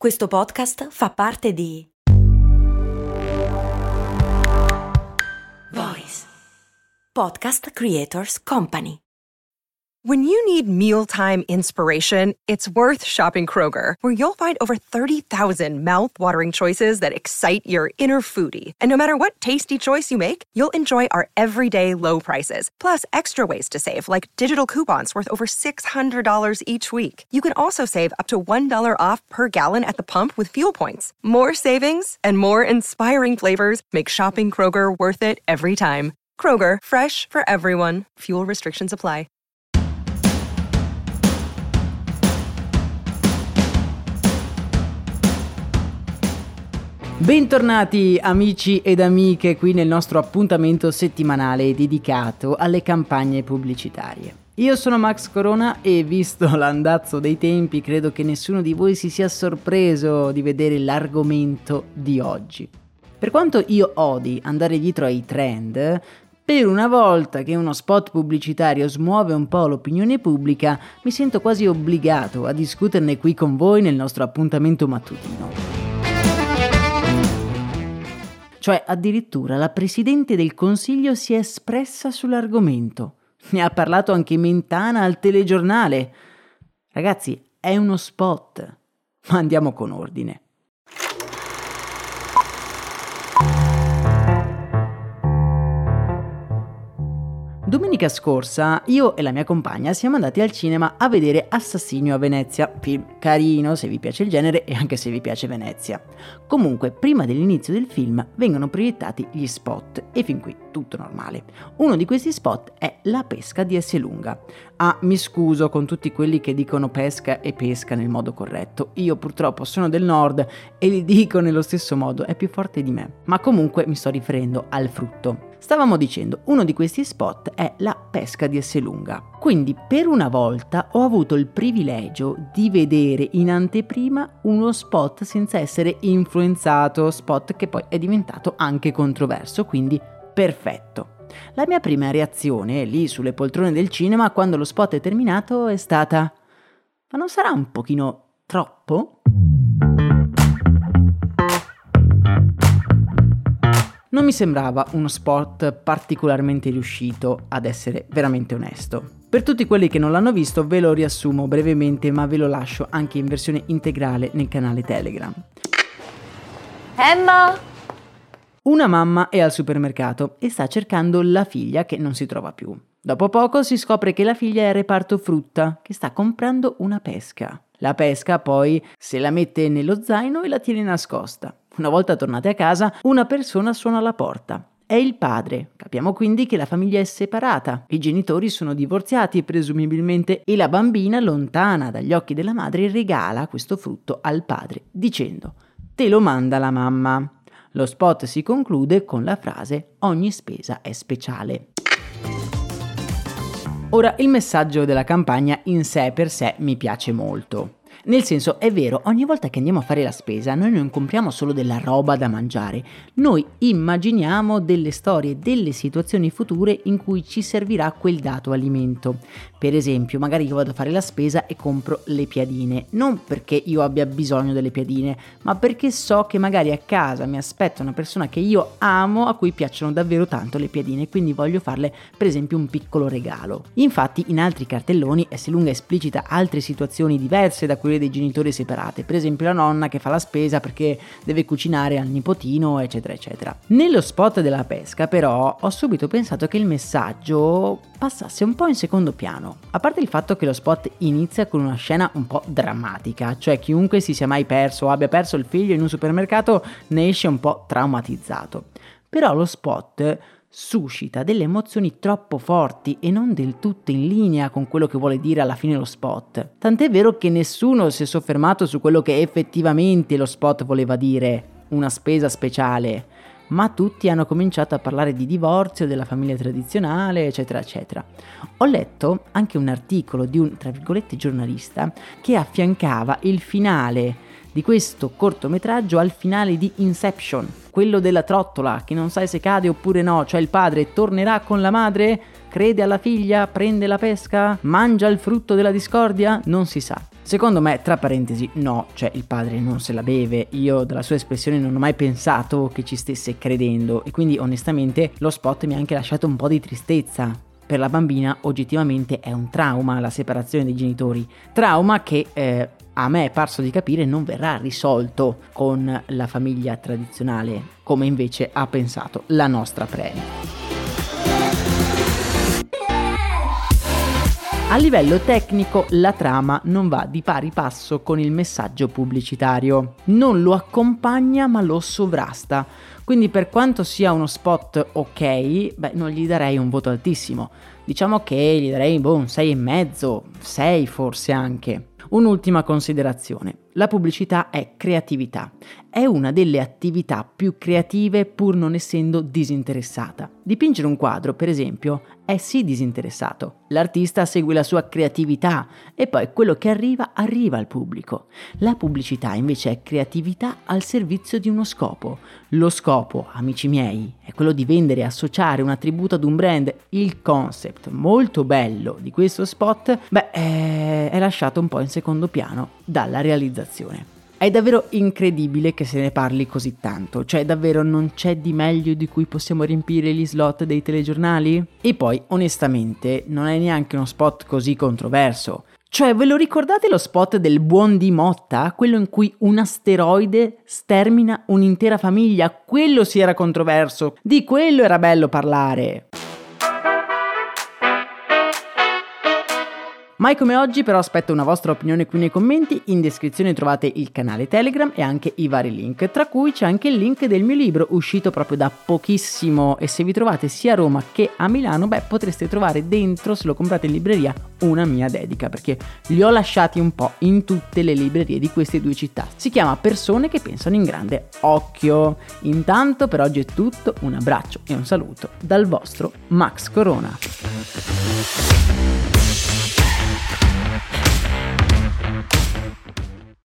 Questo podcast fa parte di Voice Podcast Creators Company. When you need mealtime inspiration, it's worth shopping Kroger, where you'll find over 30,000 mouth-watering choices that excite your inner foodie. And no matter what tasty choice you make, you'll enjoy our everyday low prices, plus extra ways to save, like digital coupons worth over $600 each week. You can also save up to $1 off per gallon at the pump with fuel points. More savings and more inspiring flavors make shopping Kroger worth it every time. Kroger, fresh for everyone. Fuel restrictions apply. Bentornati amici ed amiche qui nel nostro appuntamento settimanale dedicato alle campagne pubblicitarie. Io sono Max Corona e visto l'andazzo dei tempi credo che nessuno di voi si sia sorpreso di vedere l'argomento di oggi. Per quanto io odi andare dietro ai trend, per una volta che uno spot pubblicitario smuove un po' l'opinione pubblica, mi sento quasi obbligato a discuterne qui con voi nel nostro appuntamento mattutino. Cioè, addirittura la Presidente del Consiglio si è espressa sull'argomento. Ne ha parlato anche Mentana al telegiornale. Ragazzi, è uno spot. Ma andiamo con ordine. Domenica scorsa io e la mia compagna siamo andati al cinema a vedere Assassinio a Venezia, film carino se vi piace il genere e anche se vi piace Venezia. Comunque, prima dell'inizio del film vengono proiettati gli spot e fin qui tutto normale. Uno di questi spot è La pesca di Esselunga. Mi scuso con tutti quelli che dicono pesca e pesca nel modo corretto. Io purtroppo sono del nord e li dico nello stesso modo, è più forte di me. Ma comunque mi sto riferendo al frutto. Stavamo dicendo, uno di questi spot è La pesca di Esselunga. Quindi per una volta ho avuto il privilegio di vedere in anteprima uno spot senza essere influenzato, spot che poi è diventato anche controverso, quindi perfetto. La mia prima reazione lì sulle poltrone del cinema quando lo spot è terminato è stata: ma non sarà un pochino troppo? Non mi sembrava uno spot particolarmente riuscito, ad essere veramente onesto. Per tutti quelli che non l'hanno visto ve lo riassumo brevemente, ma ve lo lascio anche in versione integrale nel canale Telegram. Emma! Una mamma è al supermercato e sta cercando la figlia che non si trova più. Dopo poco si scopre che la figlia è al reparto frutta, che sta comprando una pesca. La pesca poi se la mette nello zaino e la tiene nascosta. Una volta tornate a casa, una persona suona alla porta. È il padre. Capiamo quindi che la famiglia è separata. I genitori sono divorziati presumibilmente e la bambina, lontana dagli occhi della madre, regala questo frutto al padre dicendo: te lo manda la mamma. Lo spot si conclude con la frase: ogni spesa è speciale. Ora, il messaggio della campagna in sé per sé mi piace molto. Nel senso, è vero, ogni volta che andiamo a fare la spesa noi non compriamo solo della roba da mangiare, noi immaginiamo delle storie, delle situazioni future in cui ci servirà quel dato alimento. Per esempio, magari io vado a fare la spesa e compro le piadine, non perché io abbia bisogno delle piadine, ma perché so che magari a casa mi aspetta una persona che io amo, a cui piacciono davvero tanto le piadine, quindi voglio farle per esempio un piccolo regalo. Infatti in altri cartelloni Esselunga esplicita altre situazioni diverse da quelle dei genitori separate, per esempio la nonna che fa la spesa perché deve cucinare al nipotino, eccetera eccetera. Nello spot della pesca però ho subito pensato che il messaggio passasse un po' in secondo piano, a parte il fatto che lo spot inizia con una scena un po' drammatica, cioè chiunque si sia mai perso o abbia perso il figlio in un supermercato ne esce un po' traumatizzato. Però lo spot suscita delle emozioni troppo forti e non del tutto in linea con quello che vuole dire alla fine lo spot. Tant'è vero che nessuno si è soffermato su quello che effettivamente lo spot voleva dire, una spesa speciale, ma tutti hanno cominciato a parlare di divorzio, della famiglia tradizionale, eccetera eccetera. Ho letto anche un articolo di un, tra virgolette, giornalista che affiancava il finale di questo cortometraggio al finale di Inception, quello della trottola che non sai se cade oppure no, cioè il padre tornerà con la madre, crede alla figlia, prende la pesca, mangia il frutto della discordia, non si sa. Secondo me, tra parentesi, no, cioè il padre non se la beve, io dalla sua espressione non ho mai pensato che ci stesse credendo e quindi onestamente lo spot mi ha anche lasciato un po' di tristezza. Per la bambina oggettivamente è un trauma la separazione dei genitori, trauma che a me è parso di capire non verrà risolto con la famiglia tradizionale, come invece ha pensato la nostra Premi. A livello tecnico la trama non va di pari passo con il messaggio pubblicitario, non lo accompagna ma lo sovrasta, quindi per quanto sia uno spot ok, non gli darei un voto altissimo, diciamo che gli darei un 6,5, 6 forse anche. Un'ultima considerazione, la pubblicità è creatività, è una delle attività più creative pur non essendo disinteressata. Dipingere un quadro, per esempio, è sì disinteressato, l'artista segue la sua creatività e poi quello che arriva al pubblico. La pubblicità invece è creatività al servizio di uno scopo. Lo scopo, amici miei, è quello di vendere e associare un attributo ad un brand. Il concept molto bello di questo spot, è lasciato un po' in secondo piano dalla realizzazione. È davvero incredibile che se ne parli così tanto, cioè davvero non c'è di meglio di cui possiamo riempire gli slot dei telegiornali? E poi, onestamente, non è neanche uno spot così controverso. Cioè, ve lo ricordate lo spot del buon di Motta? Quello in cui un asteroide stermina un'intera famiglia? Quello sì era controverso, di quello era bello parlare. Mai come oggi però aspetto una vostra opinione qui nei commenti, in descrizione trovate il canale Telegram e anche i vari link, tra cui c'è anche il link del mio libro uscito proprio da pochissimo e se vi trovate sia a Roma che a Milano, potreste trovare dentro, se lo comprate in libreria, una mia dedica, perché li ho lasciati un po' in tutte le librerie di queste due città. Si chiama Persone che pensano in grande. Occhio! Intanto per oggi è tutto, un abbraccio e un saluto dal vostro Max Corona.